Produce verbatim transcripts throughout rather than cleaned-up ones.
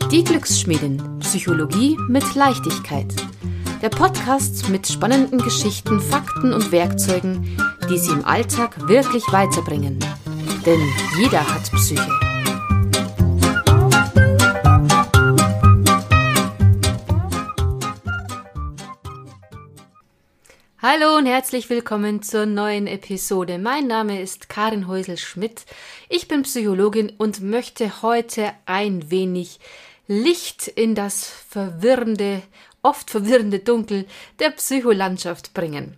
Die Glücksschmiedin. Psychologie mit Leichtigkeit. Der Podcast mit spannenden Geschichten, Fakten und Werkzeugen, die Sie im Alltag wirklich weiterbringen. Denn jeder hat Psyche. Hallo und herzlich willkommen zur neuen Episode. Mein Name ist Karin Häusl-Schmidt. Ich bin Psychologin und möchte heute ein wenig Licht in das verwirrende, oft verwirrende Dunkel der Psycholandschaft bringen.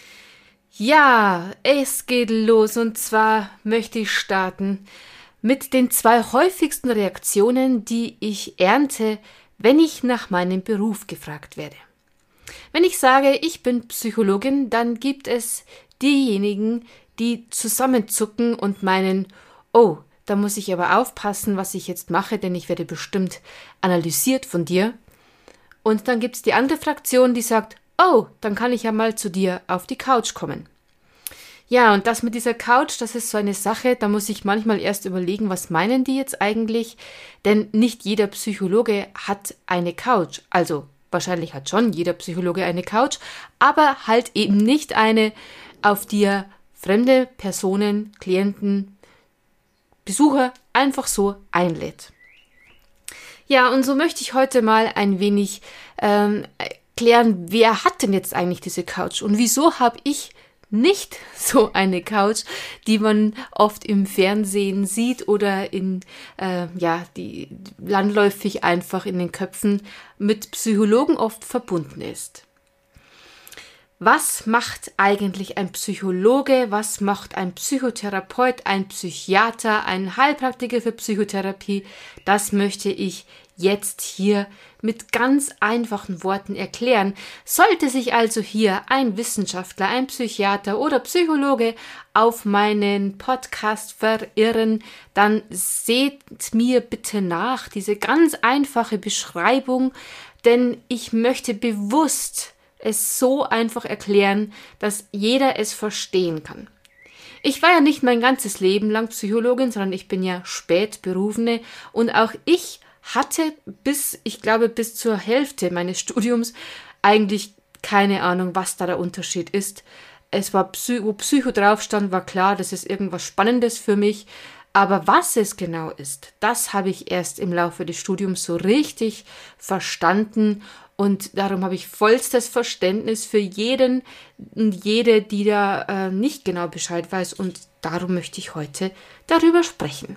Ja, es geht los und zwar möchte ich starten mit den zwei häufigsten Reaktionen, die ich ernte, wenn ich nach meinem Beruf gefragt werde. Wenn ich sage, ich bin Psychologin, dann gibt es diejenigen, die zusammenzucken und meinen, oh, da muss ich aber aufpassen, was ich jetzt mache, denn ich werde bestimmt analysiert von dir. Und dann gibt es die andere Fraktion, die sagt, oh, dann kann ich ja mal zu dir auf die Couch kommen. Ja, und das mit dieser Couch, das ist so eine Sache, da muss ich manchmal erst überlegen, was meinen die jetzt eigentlich? Denn nicht jeder Psychologe hat eine Couch, also wahrscheinlich hat schon jeder Psychologe eine Couch, aber halt eben nicht eine, auf die er fremde Personen, Klienten, Besucher einfach so einlädt. Ja, und so möchte ich heute mal ein wenig ähm, klären, wer hat denn jetzt eigentlich diese Couch und wieso habe ich nicht so eine Couch, die man oft im Fernsehen sieht oder in äh, ja die landläufig einfach in den Köpfen mit Psychologen oft verbunden ist. Was macht eigentlich ein Psychologe? Was macht ein Psychotherapeut, ein Psychiater, ein Heilpraktiker für Psychotherapie? Das möchte ich jetzt hier mit ganz einfachen Worten erklären. Sollte sich also hier ein Wissenschaftler, ein Psychiater oder Psychologe auf meinen Podcast verirren, dann seht mir bitte nach, diese ganz einfache Beschreibung, denn ich möchte bewusst es so einfach erklären, dass jeder es verstehen kann. Ich war ja nicht mein ganzes Leben lang Psychologin, sondern ich bin ja Spätberufene und auch ich hatte bis, ich glaube, bis zur Hälfte meines Studiums eigentlich keine Ahnung, was da der Unterschied ist. Es war, Psy- wo Psycho drauf stand, war klar, das ist irgendwas Spannendes für mich. Aber was es genau ist, das habe ich erst im Laufe des Studiums so richtig verstanden. Und darum habe ich vollstes Verständnis für jeden und jede, die da äh, nicht genau Bescheid weiß. Und darum möchte ich heute darüber sprechen.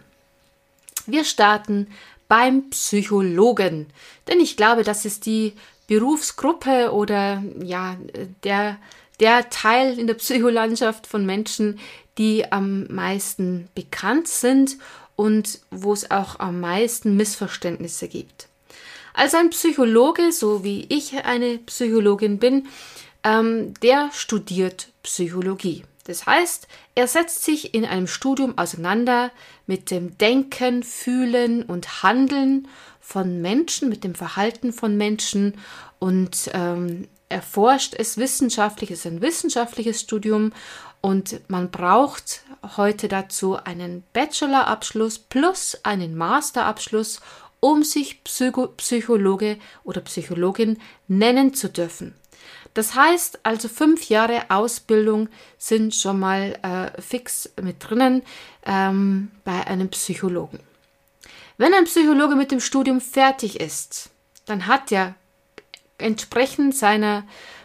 Wir starten beim Psychologen. Denn ich glaube, das ist die Berufsgruppe oder ja der, der Teil in der Psycholandschaft von Menschen, die am meisten bekannt sind und wo es auch am meisten Missverständnisse gibt. Also ein Psychologe, so wie ich eine Psychologin bin, ähm, der studiert Psychologie. Das heißt, er setzt sich in einem Studium auseinander mit dem Denken, Fühlen und Handeln von Menschen, mit dem Verhalten von Menschen und ähm, erforscht es wissenschaftlich, es ist ein wissenschaftliches Studium und man braucht heute dazu einen Bachelorabschluss plus einen Masterabschluss, um sich Psycho- Psychologe oder Psychologin nennen zu dürfen. Das heißt, also fünf Jahre Ausbildung sind schon mal äh, fix mit drinnen ähm, bei einem Psychologen. Wenn ein Psychologe mit dem Studium fertig ist, dann hat er entsprechend seiner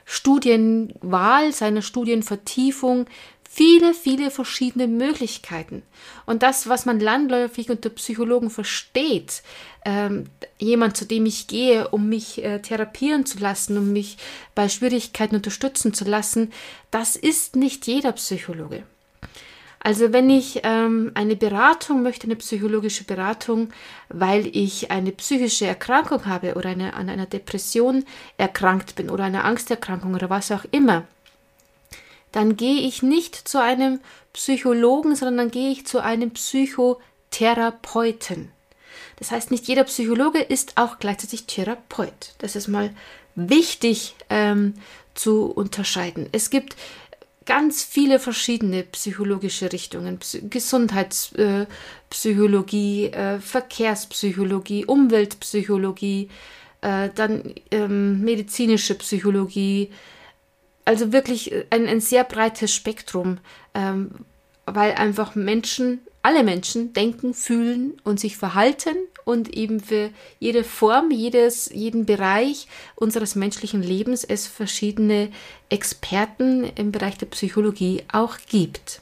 Studienwahl, seiner Studienvertiefung viele, viele verschiedene Möglichkeiten. Und das, was man landläufig unter Psychologen versteht, ähm, jemand, zu dem ich gehe, um mich äh, therapieren zu lassen, um mich bei Schwierigkeiten unterstützen zu lassen, das ist nicht jeder Psychologe. Also wenn ich ähm, eine Beratung möchte, eine psychologische Beratung, weil ich eine psychische Erkrankung habe oder eine, an einer Depression erkrankt bin oder einer Angsterkrankung oder was auch immer, dann gehe ich nicht zu einem Psychologen, sondern dann gehe ich zu einem Psychotherapeuten. Das heißt, nicht jeder Psychologe ist auch gleichzeitig Therapeut. Das ist mal wichtig ähm, zu unterscheiden. Es gibt ganz viele verschiedene psychologische Richtungen. Gesundheitspsychologie, äh, Verkehrspsychologie, Umweltpsychologie, äh, dann ähm, medizinische Psychologie. Also wirklich ein, ein sehr breites Spektrum, ähm, weil einfach Menschen, alle Menschen denken, fühlen und sich verhalten und eben für jede Form, jedes, jeden Bereich unseres menschlichen Lebens es verschiedene Experten im Bereich der Psychologie auch gibt.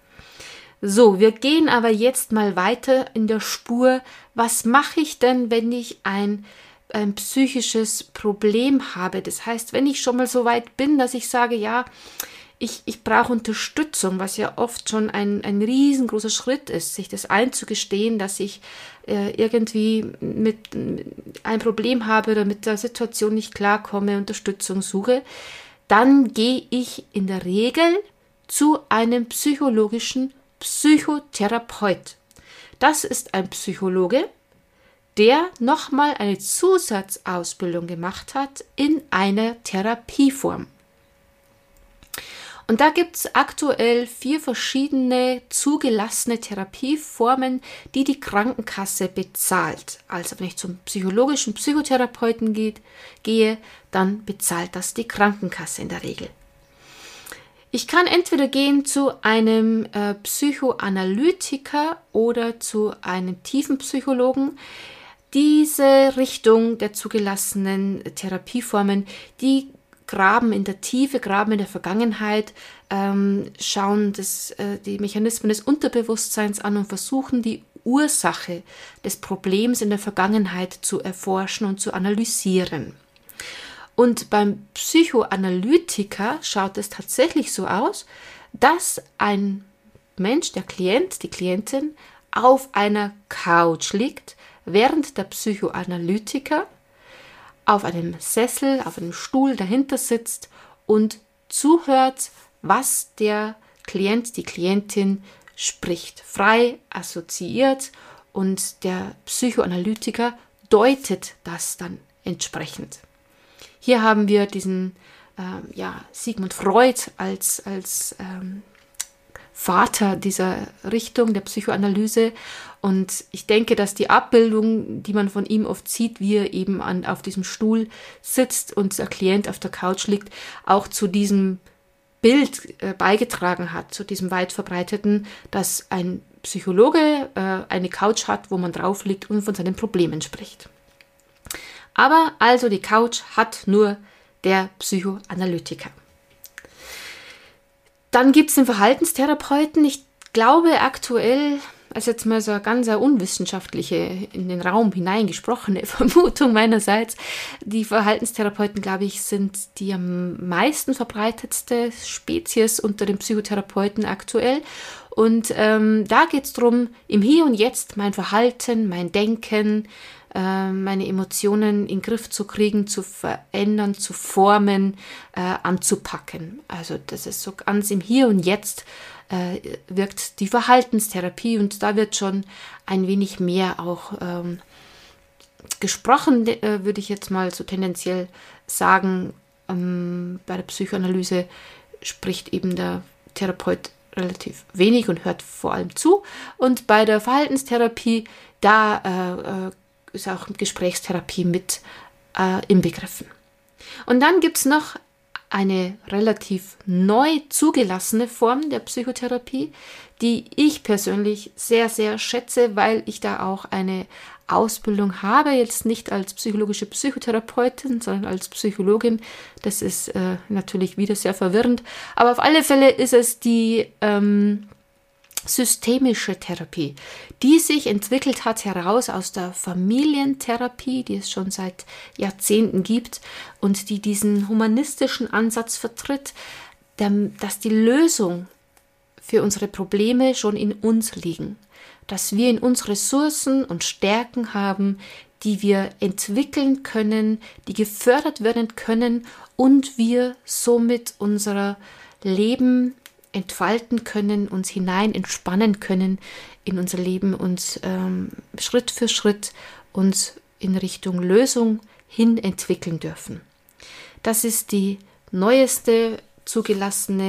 So, wir gehen aber jetzt mal weiter in der Spur. Was mache ich denn, wenn ich ein ein psychisches Problem habe? Das heißt, wenn ich schon mal so weit bin, dass ich sage, ja, ich, ich brauche Unterstützung, was ja oft schon ein, ein riesengroßer Schritt ist, sich das einzugestehen, dass ich äh, irgendwie mit, mit ein Problem habe oder mit der Situation nicht klarkomme, Unterstützung suche, dann gehe ich in der Regel zu einem psychologischen Psychotherapeut. Das ist ein Psychologe, der nochmal eine Zusatzausbildung gemacht hat in einer Therapieform. Und da gibt es aktuell vier verschiedene zugelassene Therapieformen, die die Krankenkasse bezahlt. Also wenn ich zum psychologischen Psychotherapeuten geht, gehe, dann bezahlt das die Krankenkasse in der Regel. Ich kann entweder gehen zu einem äh, Psychoanalytiker oder zu einem Tiefenpsychologen. Diese Richtung der zugelassenen Therapieformen, die graben in der Tiefe, graben in der Vergangenheit, ähm, schauen das, äh, die Mechanismen des Unterbewusstseins an und versuchen, die Ursache des Problems in der Vergangenheit zu erforschen und zu analysieren. Und beim Psychoanalytiker schaut es tatsächlich so aus, dass ein Mensch, der Klient, die Klientin, auf einer Couch liegt, während der Psychoanalytiker auf einem Sessel, auf einem Stuhl dahinter sitzt und zuhört, was der Klient, die Klientin spricht. Frei assoziiert und der Psychoanalytiker deutet das dann entsprechend. Hier haben wir diesen ähm, ja, Sigmund Freud als, als ähm, Vater dieser Richtung der Psychoanalyse. Und ich denke, dass die Abbildung, die man von ihm oft sieht, wie er eben an, auf diesem Stuhl sitzt und der Klient auf der Couch liegt, auch zu diesem Bild äh, beigetragen hat, zu diesem weit verbreiteten, dass ein Psychologe äh, eine Couch hat, wo man drauf liegt und von seinen Problemen spricht. Aber also die Couch hat nur der Psychoanalytiker. Dann gibt es den Verhaltenstherapeuten. Ich glaube aktuell, also jetzt mal so eine ganz unwissenschaftliche, in den Raum hineingesprochene Vermutung meinerseits, die Verhaltenstherapeuten, glaube ich, sind die am meisten verbreitetste Spezies unter den Psychotherapeuten aktuell. Und ähm, da geht es darum, im Hier und Jetzt mein Verhalten, mein Denken, äh, meine Emotionen in den Griff zu kriegen, zu verändern, zu formen, äh, anzupacken. Also das ist so ganz im Hier und Jetzt äh, wirkt die Verhaltenstherapie und da wird schon ein wenig mehr auch ähm, gesprochen, äh, würde ich jetzt mal so tendenziell sagen. Ähm, bei der Psychoanalyse spricht eben der Therapeut relativ wenig und hört vor allem zu. Und bei der Verhaltenstherapie, da äh, ist auch Gesprächstherapie mit äh, inbegriffen. Und dann gibt es noch eine relativ neu zugelassene Form der Psychotherapie, die ich persönlich sehr, sehr schätze, weil ich da auch eine Ausbildung habe, jetzt nicht als psychologische Psychotherapeutin, sondern als Psychologin. Das ist äh, natürlich wieder sehr verwirrend, aber auf alle Fälle ist es die ähm, systemische Therapie, die sich entwickelt hat heraus aus der Familientherapie, die es schon seit Jahrzehnten gibt und die diesen humanistischen Ansatz vertritt, dass die Lösung für unsere Probleme schon in uns liegen, dass wir in uns Ressourcen und Stärken haben, die wir entwickeln können, die gefördert werden können und wir somit unser Leben entfalten können, uns hinein entspannen können in unser Leben und ähm, Schritt für Schritt uns in Richtung Lösung hin entwickeln dürfen. Das ist die neueste zugelassene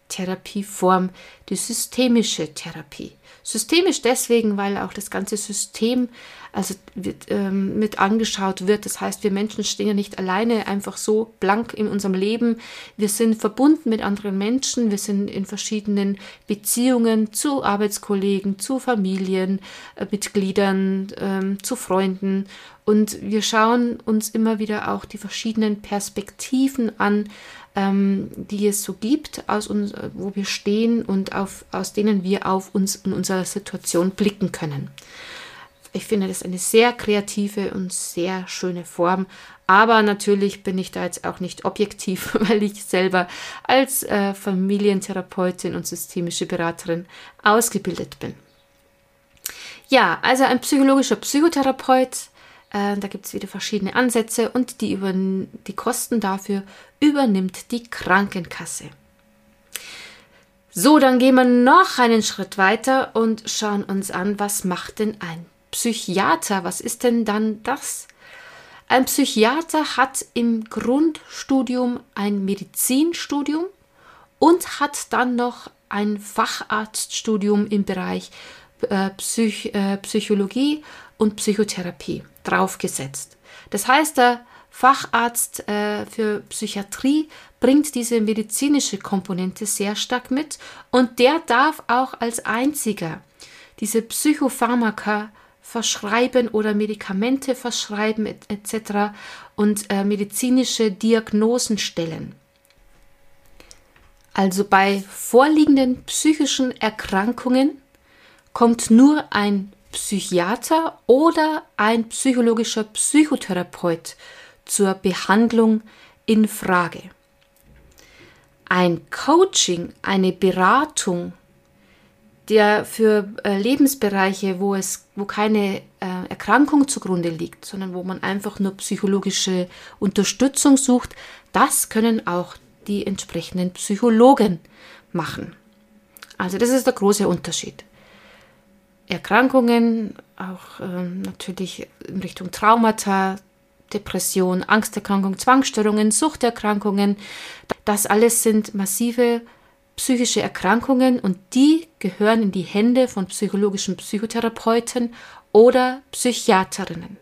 Therapieform die systemische Therapie. Systemisch deswegen, weil auch das ganze System also wird, ähm, mit angeschaut wird. Das heißt, wir Menschen stehen ja nicht alleine einfach so blank in unserem Leben. Wir sind verbunden mit anderen Menschen. Wir sind in verschiedenen Beziehungen zu Arbeitskollegen, zu Familienmitgliedern, äh, zu Freunden. Und wir schauen uns immer wieder auch die verschiedenen Perspektiven an, ähm, die es so gibt, aus uns, wo wir stehen und auf, aus denen wir auf uns und unsere Situation blicken können. Ich finde das eine sehr kreative und sehr schöne Form, aber natürlich bin ich da jetzt auch nicht objektiv, weil ich selber als äh, Familientherapeutin und systemische Beraterin ausgebildet bin. Ja, also ein psychologischer Psychotherapeut, äh, da gibt es wieder verschiedene Ansätze und die, über, die Kosten dafür übernimmt die Krankenkasse. So, dann gehen wir noch einen Schritt weiter und schauen uns an, was macht denn ein Psychiater? Was ist denn dann das? Ein Psychiater hat im Grundstudium ein Medizinstudium und hat dann noch ein Facharztstudium im Bereich äh, Psych, äh, Psychologie und Psychotherapie draufgesetzt. Das heißt, der Facharzt äh, für Psychiatrie bringt diese medizinische Komponente sehr stark mit und der darf auch als einziger diese Psychopharmaka verschreiben oder Medikamente verschreiben et cetera und äh, medizinische Diagnosen stellen. Also bei vorliegenden psychischen Erkrankungen kommt nur ein Psychiater oder ein psychologischer Psychotherapeut zur Behandlung in Frage. Ein Coaching, eine Beratung, der für äh, Lebensbereiche, wo es, wo keine äh, Erkrankung zugrunde liegt, sondern wo man einfach nur psychologische Unterstützung sucht, das können auch die entsprechenden Psychologen machen. Also das ist der große Unterschied. Erkrankungen, auch ähm, natürlich in Richtung Traumata, Depression, Angsterkrankung, Zwangsstörungen, Suchterkrankungen, das alles sind massive psychische Erkrankungen und die gehören in die Hände von psychologischen Psychotherapeuten oder Psychiaterinnen.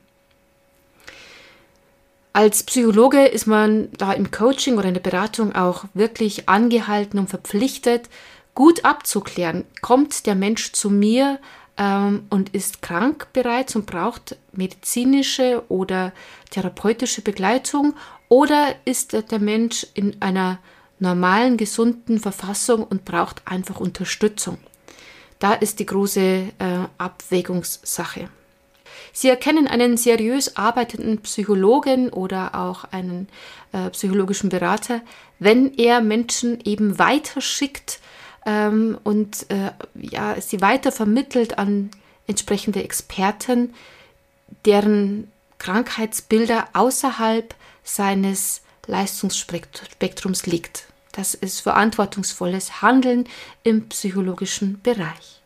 Als Psychologe ist man da im Coaching oder in der Beratung auch wirklich angehalten und verpflichtet, gut abzuklären, kommt der Mensch zu mir ähm, und ist krank bereits und braucht medizinische oder therapeutische Begleitung oder ist der Mensch in einer normalen, gesunden Verfassung und braucht einfach Unterstützung. Da ist die große äh, Abwägungssache. Sie erkennen einen seriös arbeitenden Psychologen oder auch einen äh, psychologischen Berater, wenn er Menschen eben weiterschickt ähm, und äh, ja, sie weiter vermittelt an entsprechende Experten, deren Krankheitsbilder außerhalb seines Leistungsspektrums liegt. Das ist verantwortungsvolles Handeln im psychologischen Bereich.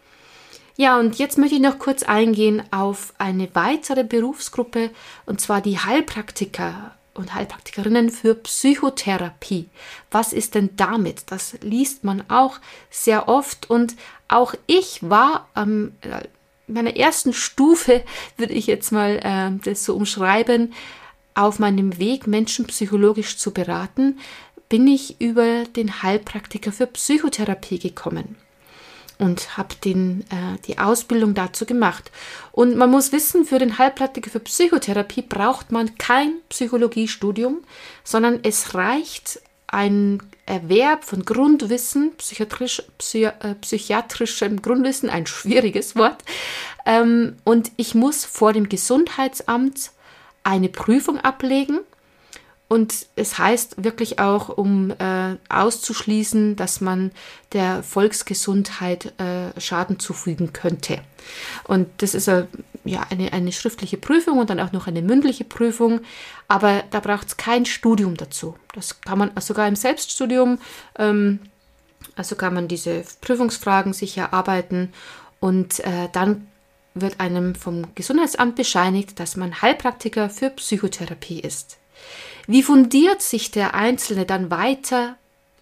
Ja, und jetzt möchte ich noch kurz eingehen auf eine weitere Berufsgruppe, und zwar die Heilpraktiker und Heilpraktikerinnen für Psychotherapie. Was ist denn damit? Das liest man auch sehr oft und auch ich war am ähm, meiner ersten Stufe, würde ich jetzt mal äh, das so umschreiben, auf meinem Weg, Menschen psychologisch zu beraten, bin ich über den Heilpraktiker für Psychotherapie gekommen und habe den, äh, die Ausbildung dazu gemacht. Und man muss wissen, für den Heilpraktiker für Psychotherapie braucht man kein Psychologiestudium, sondern es reicht ein Erwerb von Grundwissen, psychiatrisch, psy, äh, psychiatrischem Grundwissen, ein schwieriges Wort. Ähm, und ich muss vor dem Gesundheitsamt eine Prüfung ablegen und es heißt wirklich auch, um äh, auszuschließen, dass man der Volksgesundheit äh, Schaden zufügen könnte. Und das ist äh, ja eine, eine schriftliche Prüfung und dann auch noch eine mündliche Prüfung, aber da braucht es kein Studium dazu. Das kann man sogar im Selbststudium, ähm, also kann man diese Prüfungsfragen sich erarbeiten und äh, dann wird einem vom Gesundheitsamt bescheinigt, dass man Heilpraktiker für Psychotherapie ist. Wie fundiert sich der Einzelne dann weiter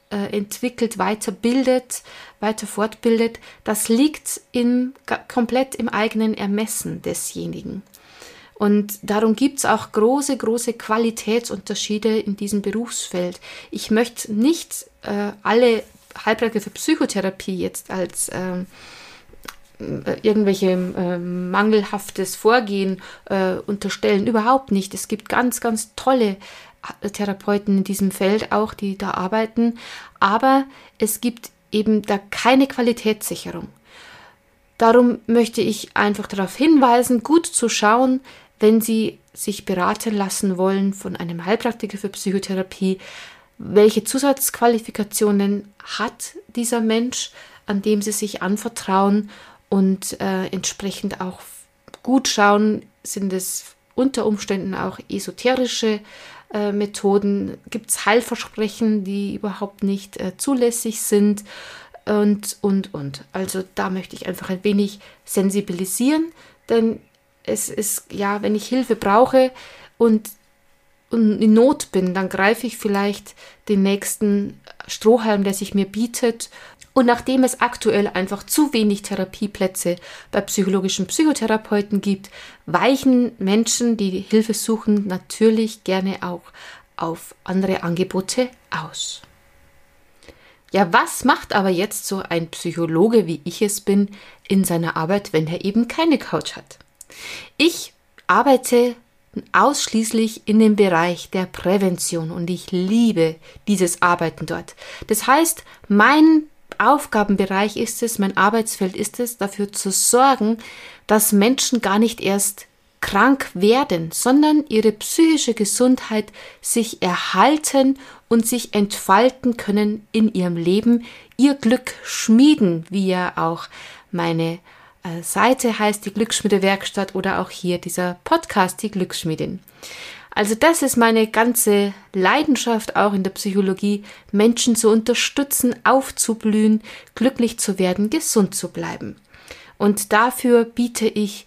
äh, entwickelt, weiterbildet, weiter fortbildet, das liegt im, komplett im eigenen Ermessen desjenigen. Und darum gibt es auch große, große Qualitätsunterschiede in diesem Berufsfeld. Ich möchte nicht äh, alle Heilpraktiker für Psychotherapie jetzt als äh, irgendwelche äh, mangelhaftes Vorgehen äh, unterstellen. Überhaupt nicht. Es gibt ganz, ganz tolle Therapeuten in diesem Feld auch, die da arbeiten. Aber es gibt eben da keine Qualitätssicherung. Darum möchte ich einfach darauf hinweisen, gut zu schauen, wenn Sie sich beraten lassen wollen von einem Heilpraktiker für Psychotherapie, welche Zusatzqualifikationen hat dieser Mensch, an dem Sie sich anvertrauen, und äh, entsprechend auch gut schauen, sind es unter Umständen auch esoterische äh, Methoden, gibt es Heilversprechen, die überhaupt nicht äh, zulässig sind und, und, und. Also da möchte ich einfach ein wenig sensibilisieren, denn es ist, ja, wenn ich Hilfe brauche und, und in Not bin, dann greife ich vielleicht den nächsten Strohhalm, der sich mir bietet. Und nachdem es aktuell einfach zu wenig Therapieplätze bei psychologischen Psychotherapeuten gibt, weichen Menschen, die Hilfe suchen, natürlich gerne auch auf andere Angebote aus. Ja, was macht aber jetzt so ein Psychologe, wie ich es bin, in seiner Arbeit, wenn er eben keine Couch hat? Ich arbeite ausschließlich in dem Bereich der Prävention und ich liebe dieses Arbeiten dort. Das heißt, mein Aufgabenbereich ist es, mein Arbeitsfeld ist es, dafür zu sorgen, dass Menschen gar nicht erst krank werden, sondern ihre psychische Gesundheit sich erhalten und sich entfalten können in ihrem Leben, ihr Glück schmieden, wie ja auch meine äh, Seite heißt, die Glücksschmiedewerkstatt, oder auch hier dieser Podcast, die Glücksschmiedin. Also das ist meine ganze Leidenschaft auch in der Psychologie, Menschen zu unterstützen, aufzublühen, glücklich zu werden, gesund zu bleiben. Und dafür biete ich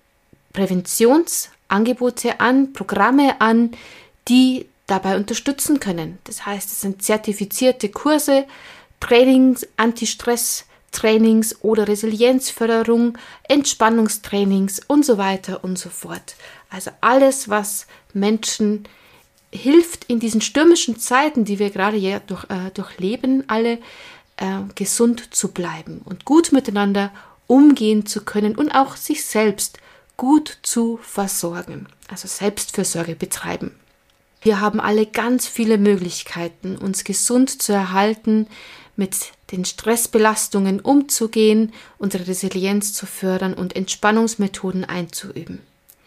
Präventionsangebote an, Programme an, die dabei unterstützen können. Das heißt, es sind zertifizierte Kurse, Trainings, Anti-Stress-Trainings oder Resilienzförderung, Entspannungstrainings und so weiter und so fort. Also alles, was Menschen hilft, in diesen stürmischen Zeiten, die wir gerade ja durch, äh, durchleben, alle äh, gesund zu bleiben und gut miteinander umgehen zu können und auch sich selbst gut zu versorgen, also Selbstfürsorge betreiben. Wir haben alle ganz viele Möglichkeiten, uns gesund zu erhalten, mit den Stressbelastungen umzugehen, unsere Resilienz zu fördern und Entspannungsmethoden einzuüben.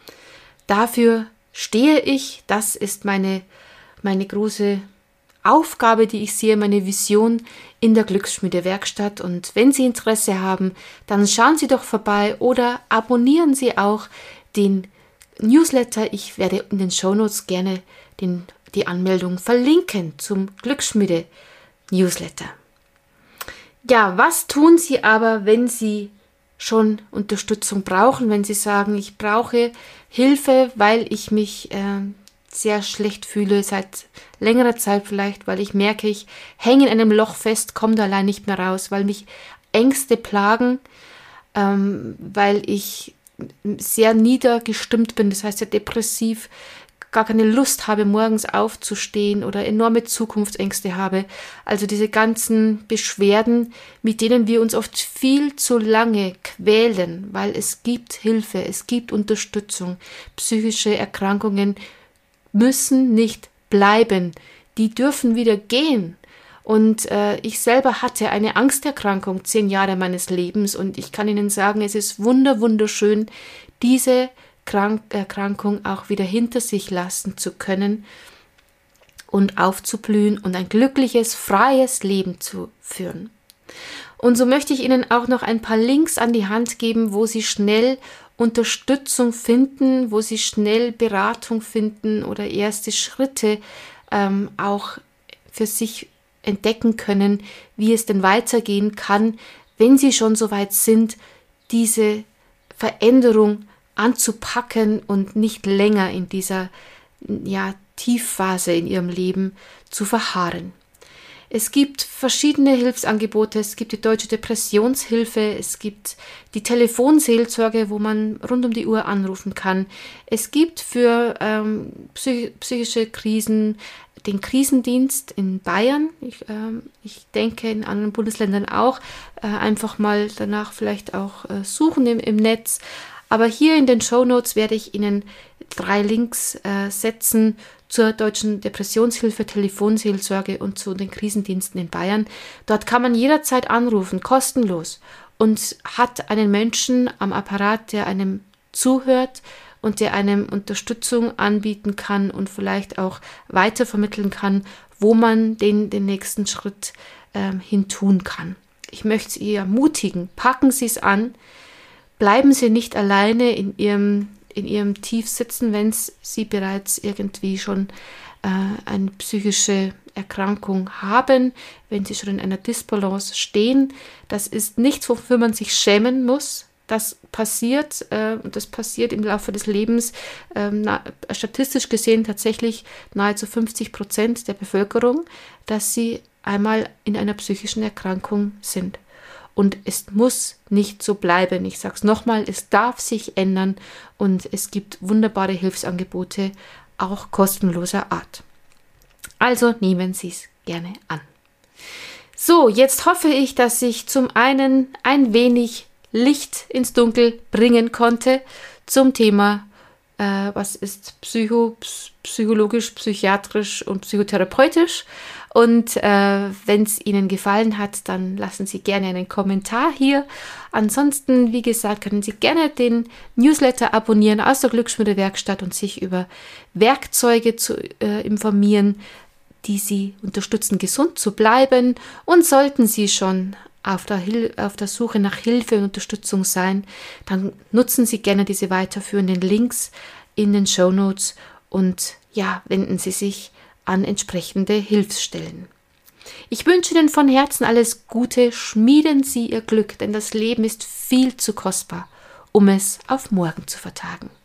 Dafür stehe ich, das ist meine, meine große Aufgabe, die ich sehe, meine Vision in der Glücksschmiedewerkstatt. Und wenn Sie Interesse haben, dann schauen Sie doch vorbei oder abonnieren Sie auch den Newsletter. Ich werde in den Shownotes gerne den, die Anmeldung verlinken zum Glücksschmiede-Newsletter. Ja, was tun Sie aber, wenn Sie schon Unterstützung brauchen, wenn Sie sagen, ich brauche Hilfe, weil ich mich äh, sehr schlecht fühle, seit längerer Zeit vielleicht, weil ich merke, ich hänge in einem Loch fest, komme da allein nicht mehr raus, weil mich Ängste plagen, ähm, weil ich sehr niedergestimmt bin, das heißt sehr depressiv, gar keine Lust habe, morgens aufzustehen oder enorme Zukunftsängste habe. Also diese ganzen Beschwerden, mit denen wir uns oft viel zu lange quälen, weil es gibt Hilfe, es gibt Unterstützung. Psychische Erkrankungen müssen nicht bleiben, die dürfen wieder gehen. Und äh, ich selber hatte eine Angsterkrankung zehn Jahre meines Lebens und ich kann Ihnen sagen, es ist wunder wunderschön, diese Krank- Erkrankung auch wieder hinter sich lassen zu können und aufzublühen und ein glückliches, freies Leben zu führen. Und so möchte ich Ihnen auch noch ein paar Links an die Hand geben, wo Sie schnell Unterstützung finden, wo Sie schnell Beratung finden oder erste Schritte ähm, auch für sich entdecken können, wie es denn weitergehen kann, wenn Sie schon so weit sind, diese Veränderung anzupacken und nicht länger in dieser ja, Tiefphase in Ihrem Leben zu verharren. Es gibt verschiedene Hilfsangebote. Es gibt die Deutsche Depressionshilfe, es gibt die Telefonseelsorge, wo man rund um die Uhr anrufen kann. Es gibt für ähm, psych- psychische Krisen den Krisendienst in Bayern. Ich, ähm, ich denke in anderen Bundesländern auch. Äh, einfach mal danach vielleicht auch äh, suchen im, im Netz. Aber hier in den Shownotes werde ich Ihnen drei Links äh, setzen zur Deutschen Depressionshilfe, Telefonseelsorge und zu den Krisendiensten in Bayern. Dort kann man jederzeit anrufen, kostenlos, und hat einen Menschen am Apparat, der einem zuhört und der einem Unterstützung anbieten kann und vielleicht auch weitervermitteln kann, wo man den, den nächsten Schritt ähm, hin tun kann. Ich möchte Sie ermutigen, packen Sie es an, bleiben Sie nicht alleine in Ihrem, in Ihrem Tief sitzen, wenn Sie bereits irgendwie schon äh, eine psychische Erkrankung haben, wenn Sie schon in einer Disbalance stehen. Das ist nichts, wofür man sich schämen muss. Das passiert äh, und das passiert im Laufe des Lebens äh, na, statistisch gesehen tatsächlich nahezu fünfzig Prozent der Bevölkerung, dass sie einmal in einer psychischen Erkrankung sind. Und es muss nicht so bleiben. Ich sage es nochmal, es darf sich ändern und es gibt wunderbare Hilfsangebote, auch kostenloser Art. Also nehmen Sie es gerne an. So, jetzt hoffe ich, dass ich zum einen ein wenig Licht ins Dunkel bringen konnte zum Thema, äh, was ist psycho, psychologisch, psychiatrisch und psychotherapeutisch. Und äh, wenn es Ihnen gefallen hat, dann lassen Sie gerne einen Kommentar hier. Ansonsten, wie gesagt, können Sie gerne den Newsletter abonnieren aus der Glücksschmiedewerkstatt und sich über Werkzeuge zu äh, informieren, die Sie unterstützen, gesund zu bleiben. Und sollten Sie schon auf der, Hil- auf der Suche nach Hilfe und Unterstützung sein, dann nutzen Sie gerne diese weiterführenden Links in den Shownotes und ja, wenden Sie sich an entsprechende Hilfsstellen. Ich wünsche Ihnen von Herzen alles Gute, schmieden Sie Ihr Glück, denn das Leben ist viel zu kostbar, um es auf morgen zu vertagen.